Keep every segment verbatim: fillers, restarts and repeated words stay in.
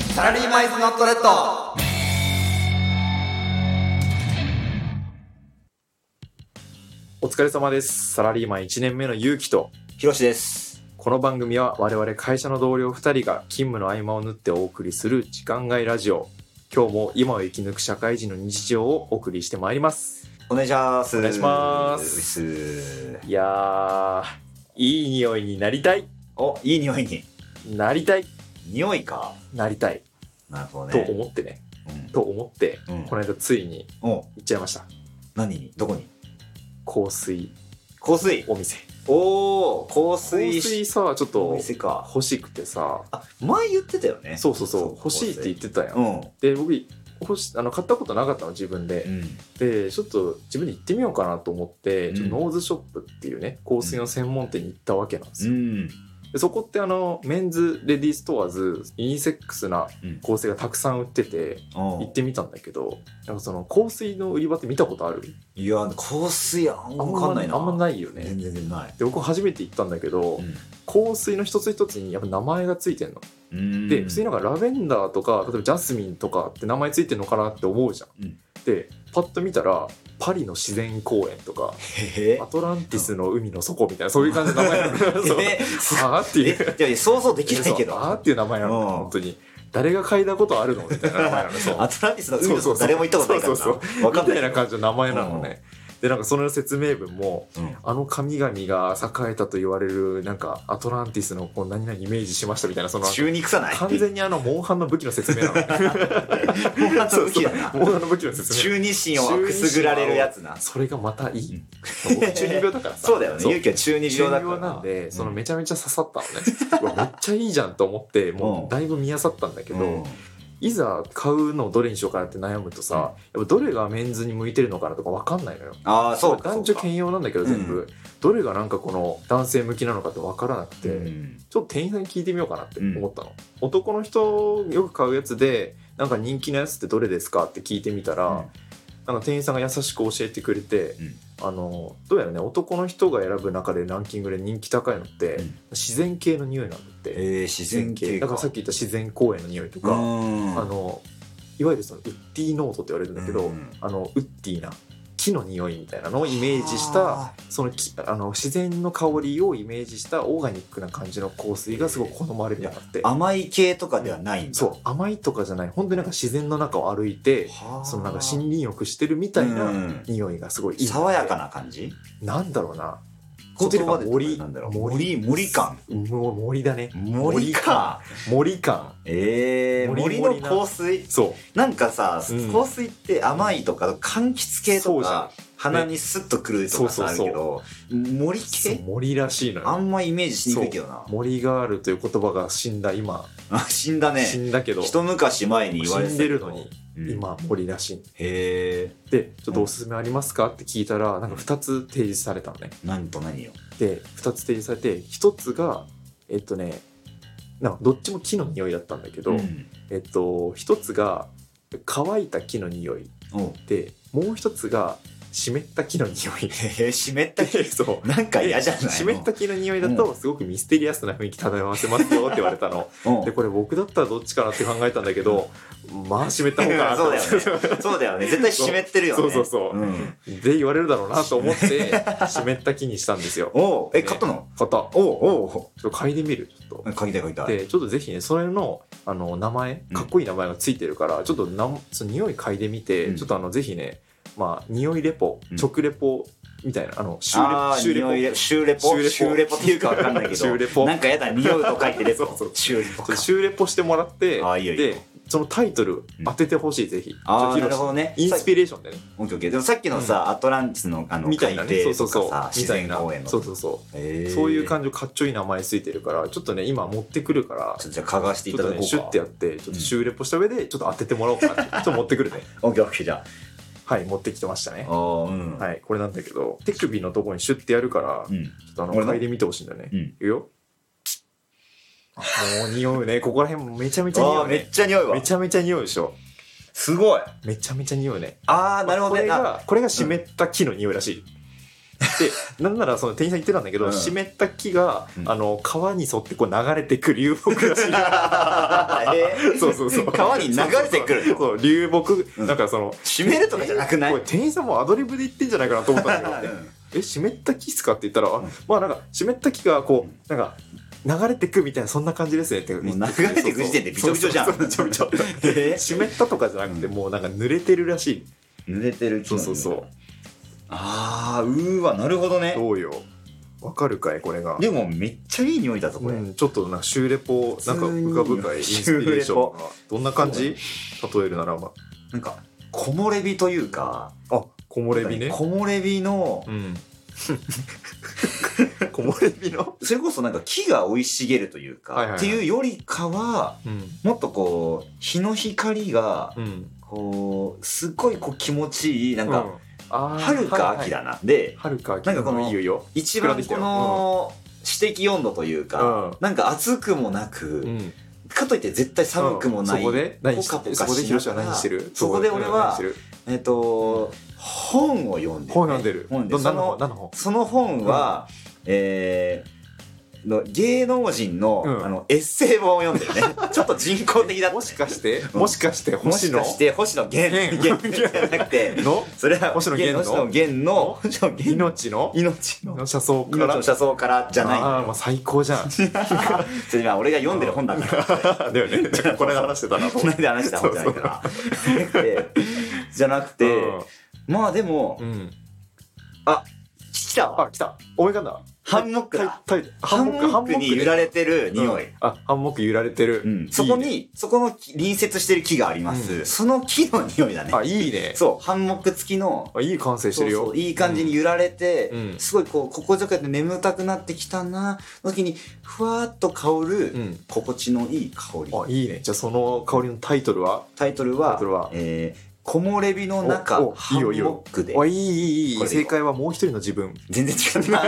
サラリーマイズノットレッド。 お疲れ様です。サラリーマンいちねんめのゆうきとひろしです。 この番組は我々会社の同僚ふたりが勤務の合間を縫ってお送りする時間外ラジオ。今日も今を生き抜く社会人の日常をお送りしてまいります。 お願いします。 お願いします。いやー、いい匂いになりたい。 お、いい匂いになりたい。 匂いか。 なりたい。 なるほどね。 と思ってね。 うん、 と思って、うん、この間ついに行っちゃいました。 何に？どこに？ 香水。 香水お店。 おー、香水。 香水さ、ちょっと欲しくてさ。 あ、前言ってたよね。 そうそうそう。欲しいって言ってたやん。うん、で、僕欲しあの買ったことなかったの自分で、うん、でちょっと自分で行ってみようかなと思って、うん、ちょっとノーズショップっていうね香水の専門店に行ったわけなんですよ、うん、でそこってあのメンズレディーストアーズユニセックスな香水がたくさん売ってて、うん、行ってみたんだけど、なんかその香水の売り場って見たことある？いや香水あんま分かんないな。 あんまないよね。 全然ない。 で僕初めて行ったんだけど、うん、香水の一つ一つにやっぱ名前がついてんの。で普通になんかラベンダーとか例えばジャスミンとかって名前ついてるのかなって思うじゃん、うん、でパッと見たらパリの自然公園とかアトランティスの海の底みたいなそういう感じの名前なの。あーっていういや想像できないけどあーっていう名前なの、うん、本当に誰が嗅いだことあるのみたいな名前なの。そうアトランティスの海の底誰も行ったことないからな。そうそうそう分かんないみたいな感じの名前なのね、うんでなんかその説明文も、うん、あの神々が栄えたと言われるなんかアトランティスのこう何々イメージしましたみたいなその中に臭ない完全にあのモンハンの武器の説明なの。モンハンの武器だな。 モンハンの武器の説明。 中二心をくすぐられるやつな。 それがまたいい。うん、僕中二病だからさ。 そうだよね。ゆうきは中二病だから。 中二病なんで、そのめちゃめちゃ刺さったのね。めっちゃいいじゃんと思ってもうだいぶ見漁ったんだけど。うんいざ買うのをどれにしようかなって悩むとさ、うん、やっぱどれがメンズに向いてるのかなとか分かんないのよ。 ああそうか。 男女兼用なんだけど全部、うん、どれがなんかこの男性向きなのかって分からなくて、うん、ちょっと店員さんに聞いてみようかなって思ったの、うん、男の人よく買うやつでなんか人気のやつってどれですかって聞いてみたら、うん、なんか店員さんが優しく教えてくれて、うん、あのどうやらね男の人が選ぶ中でランキングで人気高いのって、うん、自然系の匂いなんだって。 えー、自然系か。 だからさっき言った自然公園の匂いとか、あのいわゆるそのウッディノートって言われるんだけど、うん、あのウッディな木の匂いみたいなのをイメージしたそのあの自然の香りをイメージしたオーガニックな感じの香水がすごく好まれるようになって。 甘い系とかではないんだ。 そう甘いとかじゃない本当になんか自然の中を歩いてそのなんか森林浴してるみたいな匂いがすごいいい、 爽やかな感じなんだろうな。 言葉で森なんだろう。森森感。 もう森だね。 森か。 森感。 ええー、森の香水。 そう。 なんかさ、うん、香水って甘いとか柑橘系とか鼻にスッとくるとかさあるけど、森系。 森らしいのよ。 あんまイメージしにくいけどな。 森があるという言葉が死んだ今。 あ死んだね。 死んだけど。 一昔前に言われてたけど。 死んでるのに。うん、今森らしい。 へえ。 でちょっとおすすめありますかって聞いたらなんかふたつ提示されたのね。 何と何よ。 でふたつ提示されてひとつがえっとねなんかどっちも木の匂いだったんだけど、うん、えっとひとつが乾いた木の匂いでもうひとつが湿った木の匂い。 えー、湿った木そうなんか嫌じゃないの。 湿った木の匂いだとすごくミステリアスな雰囲気漂わせますよって言われたの、うん、でこれ僕だったらどっちかなって考えたんだけど、うん、まあ湿った方かなそうだよねそうだよね絶対湿ってるよね。 そうそうそう、うん、で言われるだろうなと思って湿った木にしたんですよ。 おえ、ね、買ったの？ 買った。おおちょっと嗅いでみる。ちょっと嗅ぎたい嗅ぎたい。 でちょっとぜひねそれのあの名前かっこいい名前がついてるから、うん、ちょっとなその匂い嗅いでみて、うん、ちょっとあのぜひねまあ、匂いレポ、直レポみたいな、あの、シューレポ。 シューレポシューレポっていうかわかんないけど、なんかやだ、匂うと書いてレポ。そうそう、 シューレポ。シューレポしてもらって、 あいいよいいよで、そのタイトル当ててほしい、ぜひ。 ああ、なるほどね。 インスピレーションでね。 オッケーオッケー。でもさっきのさ、アトランティスのあの、海底とかさ、自然公園の。 そうそうそう。そういう感じのかっちょいい名前ついてるから、ちょっとね、今持ってくるから、 じゃあ嗅がしていただこうか。 シュッてやって、ちょっとシューレポした上で、ちょっと当ててもらおうかな。ちょっと持ってくるね。 オッケーオッケーじゃあ。 はい、持ってきてましたね。 あー、うん、 はい、これなんだけど手首のところにシュッてやるから、うん、ちょっとあの嗅いでみてほしいんだね。うん、いくよ。もう匂うね。ここら辺もめちゃめちゃ匂う、ね。 めっちゃ匂うわ。 めちゃめちゃ匂うでしょ。 すごい。 めちゃめちゃ匂うね。 あー、なるほどね。 これがこれが湿った木の匂いらしい。 でなんならその店員さん言ってたんだけど、 うん、 湿った木が、 うん、 あの川に沿ってこう流れてく流木らしいえー、そうそうそう川に流れてくるのそう流木、うん、なんかその湿るとかじゃなくない？ これ店員さんもアドリブで言ってんじゃないかなと思ったんだけど、うん、え湿った木っすかって言ったら、うん、まあなんか湿った木がこうなんか流れてくみたいなそんな感じですねってもう流れてく時点でびちょびちょじゃん。 びちょびちょ湿ったとかじゃなくてもうなんか濡れてるらしい。 濡れてる木のそうそうそう。 あーうーわなるほどね。 どうよわかるかいこれが。 でもめっちゃいい匂いだぞこれ、うん、 ちょっとなんかシューレポなんか浮かぶかいインスピレーションがどんな感じ？例えるならばなんか木漏れ日というか、 あ木漏れ日ね。 木漏れ日の、 うん木漏れ日のそれこそなんか木が生い茂るというか、はいはいはい、っていうよりかは、うん、もっとこう日の光が、うん、こうすっごいこう気持ちいいなんか、うん、あ春か秋だな、はいはい、で春か秋なんかこのいいよいいよ一番この指摘温度というか、うん、なんか暑くもなく、うん、かといって絶対寒くもない、 うん、そこで何してポカポカしながら、 そこでヒロシは何してる？ そこで俺はえっ、ー、と、うん、本を読んでる、ね、 本読んでる本で何の本？何の本？ その本は、うん、えーの芸能人の、うん、あのエッセイ本を読んでるね。ちょっと人工的だった、ね、 もしかしてもしかして星野もしかして星野源源じゃなくてのそれは星野源の源の星野源命の命の車窓から命の車窓からじゃない。 ああまあ最高じゃん。 それ今俺が読んでる本だからだよね。これで話してたな。 これで話してた本じゃないからじゃなくて、うん、まあでも、うん、あ来たわ。 あ来た思い浮かんだ。 ハンモックだ。 ハンモックに揺られてる匂い。 うん、あ、ハンモック揺られてる。 うん、そこに、いいね、そこの隣接してる木があります。うん、その木の匂いだね。 あ、いいね。 そう、ハンモック付きの。 あ、いい完成してるよ。 そうそう、いい感じに揺られて、うん、すごいこう、心地よくて眠たくなってきたな、の時に、ふわーっと香る、うん、心地のいい香り。 あ、いいね。じゃあその香りのタイトルはタイトルは、タイトルはえー、木漏れ日の中ハンモックで。 いいいいいい。正解はもう一人の自分。 全然違った。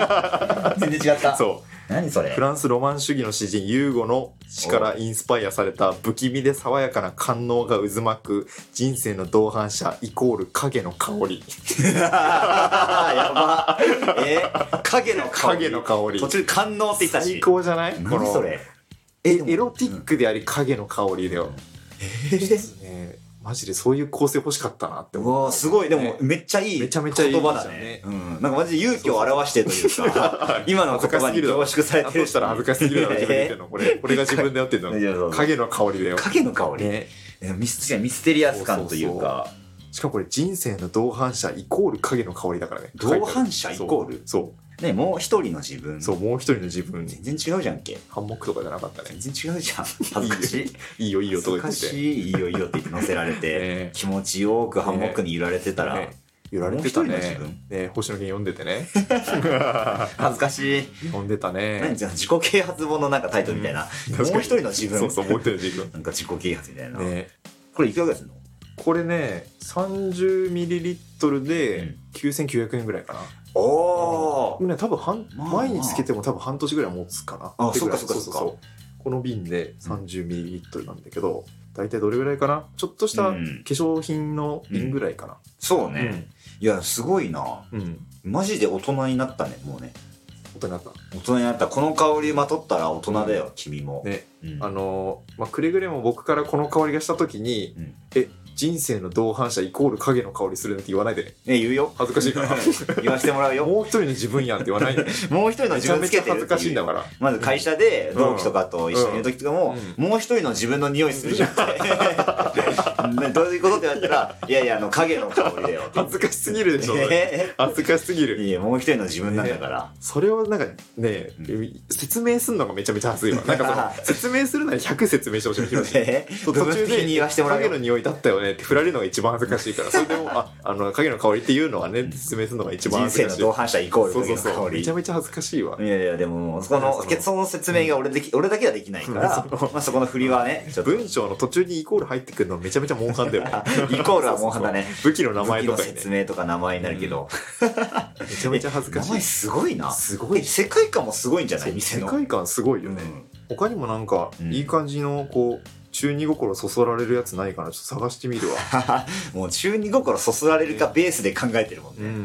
全然違った。 そう。 何それ。 フランスロマン主義の詩人ユーゴの詩からインスパイアされた不気味で爽やかな官能が渦巻く人生の同伴者イコール影の香り。 やば。え影の香り。 影の香り。 途中官能って言ったし。 最高じゃない？ 何それ。 えエロティックであり影の香りだよ。えーねマジでそういう構成欲しかったなって思う。 うわすごい。でもめっちゃいいめちゃめちゃいい言葉だね。うん。なんかマジで勇気を表してというか、今の言葉に凝縮されてる。 そうしたら恥ずかしすぎるだろ、自分で言ってんの。これ、これが自分でやってんの。影の香りだよ。 影の香りね。ミス、ミステリアス感というか。 しかもこれ人生の同伴者イコール影の香りだからね。 同伴者イコール？ そう。 ね、もう一人の自分。 そう、もう一人の自分。 全然違うじゃんけ。 ハンモックとかじゃなかったね。 全然違うじゃん。恥ずかしい。 いいよいいよとか言ってて。 恥ずかしい。いいよいいよって言って乗せられて、ね、気持ちよくハンモックに揺られてたら、ね、 揺られてたね。ね、星野源読んでてね。 恥ずかしい。 読んでたね。 何じゃ自己啓発本のなんかタイトルみたいな。うん、もう一人の自分。 そうそう、もう一人の自分。 なんか自己啓発みたいな。 ね、 これいくらぐらいするの？ これね、さんじゅうミリリットルできゅうせんきゅうひゃくえんぐらいかな。 おー、 ね、多分半、まあまあ、毎日つけても多分半年ぐらい持つかな。あ、そっかそっかそっか。 この瓶で さんじゅうミリリットル なんだけど、大体どれぐらいかな、ちょっとした化粧品の瓶ぐらいかな。うん、 そうね、うん。いや、すごいな。うん。マジで大人になったね、もうね。 大人になった。 大人になった。この香りまとったら大人だよ、うん、君も。 ね。うん、あのー、まあ、くれぐれも僕からこの香りがした時に、うん、え、人生の同伴者イコール影の香りするなんて言わないでね。 ね、言うよ。 恥ずかしいから。 言わせてもらうよ。 もう一人の自分やんって言わないで。 もう一人の自分つけてる。 めちゃめちゃ恥ずかしいんだから。 まず会社で同期とかと一緒にいる時とかも、うんうん、もう一人の自分の匂いするじゃんって。どういうことって言われたら、いやいや、あの、影の香りだよ。 恥ずかしすぎるでしょ。恥ずかしすぎる。 いや、もう一人の自分なんだから。 それをなんかね、説明するのがめちゃめちゃ恥ずいわ。なんかその、説明するならひゃく説明してほしい。途中で影の匂いだったよねって振られるのが一番恥ずかしいから、それでもああの影の香りっていうのはね説明するのが一番恥ずかしい。 人生の同伴者イコール影の香り。 そうそうそう、めちゃめちゃ恥ずかしいわ。 いやいや、でもそのその説明が俺でき、うん、俺だけはできないから、まあそこの振りはね、 文章の途中にイコール入ってくるのめちゃめちゃモンハンだよね。 イコールはモンハンだね。 武器の名前とかに、 ね、説明とか名前になるけど、 うん、めちゃめちゃ恥ずかしい。 名前すごいな。 すごい。 世界観もすごいんじゃない？店の世界観すごいよね。うん、他にもなんかいい感じのこう。中二心そそられるやつないかな、ちょっと探してみるわ。 もう中二心そそられるかベースで考えてるもんね。うん、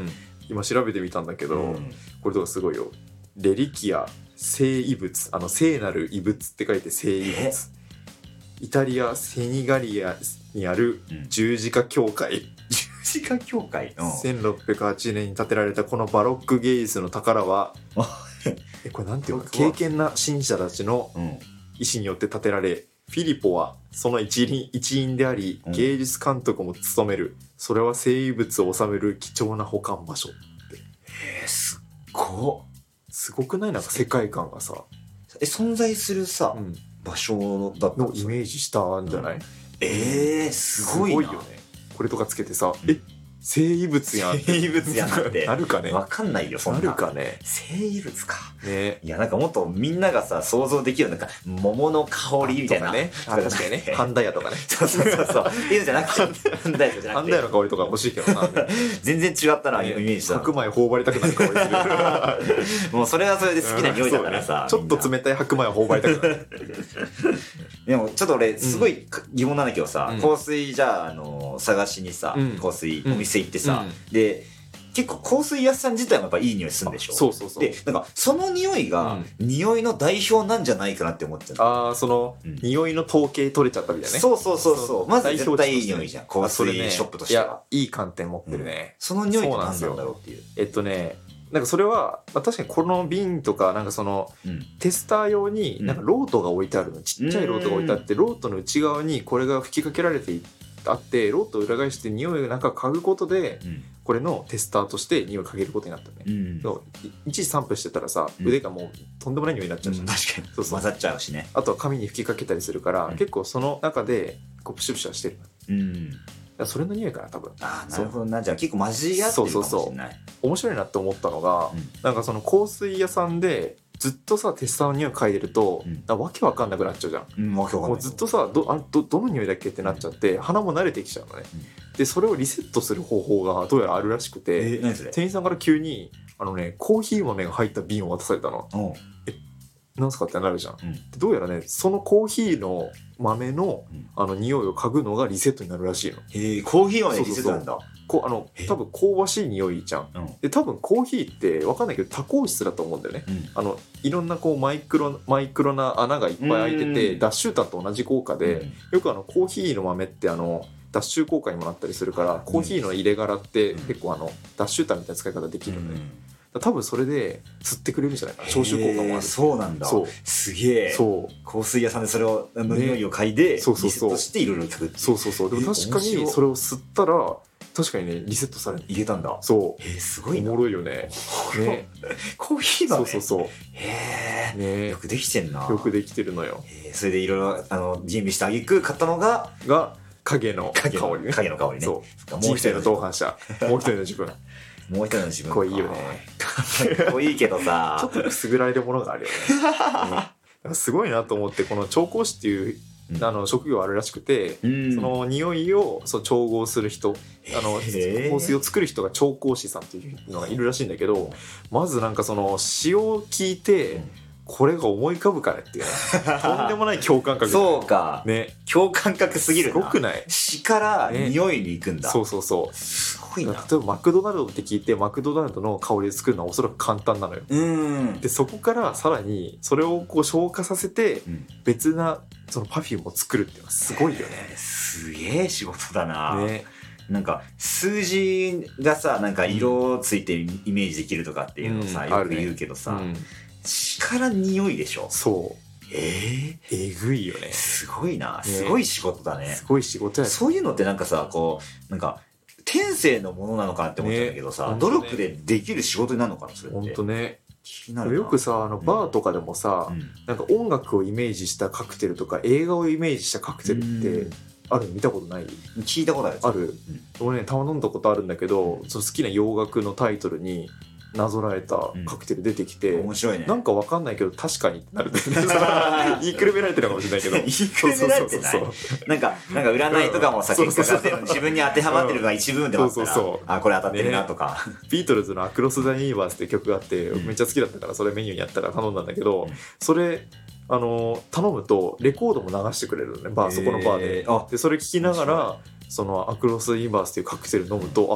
今調べてみたんだけど、 うん、 これとかすごいよ。レリキア聖遺物、あの聖なる遺物って書いて聖遺物。イタリアセニガリアにある十字架教会、うん、 十字架教会、 うん、せんろっぴゃくはちねんに建てられたこのバロック芸術の宝はえこれなんていうの、敬虔な信者たちの意思によって建てられ、フィリポはその一員、一員であり芸術監督も務める、うん、それは聖遺物を収める貴重な保管場所って。 えー、すっごすごくない？なんか世界観がさ、 え存在するさ、うん、場所だったのイメージしたんじゃない？うん、 えー、すごいな。 すごいよね。これとかつけてさ、うん、え聖遺物やん聖遺物やんってなるかね。 わかんないよそんな。 なるかね。 聖遺物かね。 いやなんかもっとみんながさ想像できるなんか桃の香りみたいなね。あ確かにね。ハンダ屋とかね。 そうそうそうそうっていうのじゃなくてハンダ屋じゃなくてハンダ屋の香りとか欲しいけどな。 全然違ったな、ね、イメージした。 白米頬張りたくなる香りする。もうそれはそれで好きな匂いだからさ、 ね、ちょっと冷たい白米を頬張りたくなる。 でもちょっと俺すごい疑問なんだけどさ、うん、香水じゃあ、あの探しにさ、うん、香水お店行ってさ、うん、で結構香水屋さん自体もやっぱいい匂いするんでしょ。 そうそうそう。 でなんかその匂いが、うん、匂いの代表なんじゃないかなって思っちゃう。 ああその、うん、匂いの統計取れちゃったみたいなね。 そうそうそうそう。まず絶対いい匂いじゃん。香水ショップとしては。 いやいい観点持ってるね。 うん、その匂いって何なんだろうっていう。 えっとね。なんかそれは、まあ、確かにこの瓶とかなんかその、うん、テスター用になんかロートが置いてあるの、ちっちゃいロートが置いてあって、ロートの内側にこれが吹きかけられてあってロートを裏返して匂いをなんか嗅ぐことで、うん、これのテスターとして匂いを嗅げることになったね、うん、そういちいち散布してたらさ、うん、腕がもうとんでもない匂いになっちゃうじゃん、 うん、確かにそうそう混ざっちゃうしね。 あとは髪に吹きかけたりするから、うん、結構その中でこうプシュプシュはしてる、うんそれの匂いかな多分。 ああなるほどな。じゃあ結構混じり合ってるかもしれない。そうそうそう面白いなって思ったのが、うん、なんかその香水屋さんでずっとさテスターの匂い嗅いでると、うん、わけわかんなくなっちゃうじゃん、 うん、わけわかんない。 もうずっとさ ど, あ ど, どの匂いだっけってなっちゃって、うん、鼻も慣れてきちゃうのね、うん、でそれをリセットする方法がどうやらあるらしくて、えー、何それ。店員さんから急にあのねコーヒー豆が入った瓶を渡されたの。えなんすかってなるじゃん、うん、でどうやらねそのコーヒーの豆の、うん、あの匂いを嗅ぐのがリセットになるらしいの。 へえコーヒー豆リセットなんだ。 こあの多分香ばしい匂いじゃん、うん、で多分コーヒーって分かんないけど多孔質だと思うんだよね、うん、あのいろんなこうマイクロマイクロな穴がいっぱい開いてて脱臭炭と同じ効果で、うん、よくあのコーヒーの豆ってあの脱臭効果にもなったりするから、うん、コーヒーの入れ殻って結構あの脱臭炭みたいな使い方できるのね、うん、多分それで吸ってくれるんじゃないかな。消臭効果もある。 そうなんだ。そうすげえ。そう香水屋さんでそれをの匂いを嗅いで、ね、そうそうそうリセットしていろいろ嗅ぐ。 そうそうそう。でも確かにそれを吸ったら確かにねリセットされる。 入れたんだ。 そう。 えー、すごいな。 おもろいよね。ねコーヒー豆。 そうそうそう。 へえ、ね。よくできてんな。 よくできてるのよ。 えー、それでいろいろあの準備してあげく買ったのがが影の香りね。 影の香りね。 そう。もう一人の同伴者。もう一人の自分。 もう一人の自分かっこいいよね。 かっこいいけどさちょっとくすぐられるものがあるよね。うん、すごいなと思って、この調香師っていう、うん、あの職業あるらしくて、うん、その匂いをそう調合する人、あの香水を作る人が調香師さんっていうのがいるらしいんだけど、まずなんかその詩を聞いて、うんこれが思い浮かぶからっていうねとんでもない共感覚そうかね共感覚すぎるな。 すごくない？ 詩から匂いに行くんだ、 ね、そうそうそうすごいな。 例えばマクドナルドって聞いてマクドナルドの香りで作るのはおそらく簡単なのよ。うんでそこからさらにそれをこう消化させて別なそのパフュームを作るっていうのはすごいよね、 えー、すげえ仕事だな、ね、なんか数字がさなんか色ついてイメージできるとかっていうのさ、うん、よく言うけどさ、うん詩から匂いでしょ。 そうえー、えぐいよね。 すごいな、すごい仕事だね。 すごい仕事やね。 そういうのってなんかさこうなんか天性のものなのかなって思っちゃうんだけどさ、ね、努力でできる仕事になるのかなそれって。 本当ね。 気になるな。 よくさあのバーとかでもさ、うん、なんか音楽をイメージしたカクテルとか映画をイメージしたカクテルってある見たことない？ 聞いたことある。 ある。うん、俺ねたま飲んだことあるんだけど、その好きな洋楽のタイトルになぞらえたカクテル出てきて、 うん、面白いね。 なんかわかんないけど確かにってなるんだよね。言いくるめられてるかもしれないけど。 言いくるめられてない。なんかなんか占いとかもさ結果が出る自分に当てはまってるのが一部分でもあったら、そうそうそうあこれ当たってるなとか、 ね。ビートルズのアクロス・ザ・ユニバースって曲があって、うん、めっちゃ好きだったからそれメニューにあったら頼んだんだけど、うん、それあの頼むとレコードも流してくれるのねバーそこのバーで。でそれ聞きながらそのアクロス・ザ・ユニバースっていうカクテル飲むとあ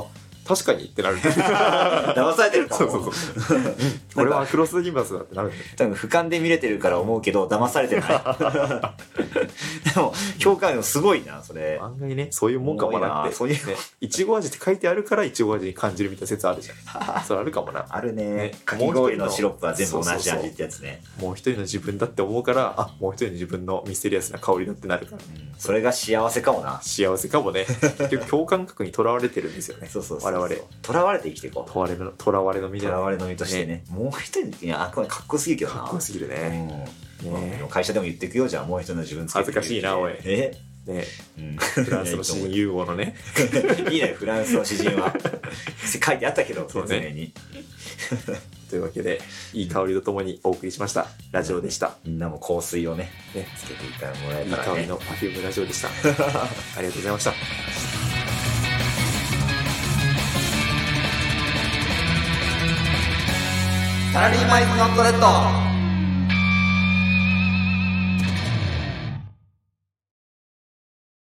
確かにってなる騙されてるかも。 そうそうそうこれはクロスギンバスだってなるんだよ。 多分俯瞰で見れてるから思うけど騙されてないでも共感力すごいなそれ。 案外ねそういうもんかもなって。そういうねいちご味って書いてあるからいちご味に感じるみたいな説あるじゃんそれあるかもな。 あるね。ねかき氷のシロップは全部同じ味ってやつね。 もう一人の自分だって思うからあもう一人の自分のミステリアスな香りだってなるから、うん、 それが幸せかもな。 幸せかもね結局共感覚にとらわれてるんですよね。 そうそうそう我々 とらわれて生きていこう。 とらわれのとらわれの身でとらわれの身としてね、ねもう一人いやこれかっこよすぎるけどな。 かっこよすぎるね、 うんね、会社でも言ってくよじゃあもう一人の自分つけて恥ずかしいなおいえね、うん、フランスの詩人ユーゴのねいいねフランスの詩人は書いてあったけど説明にというわけでいい香りとともにお送りしましたラジオでした。 みんなも香水をねねつけていってもらえたらね。 いい香りの Perfume ラジオでしたありがとうございました。 サラリーマイズノットレッド。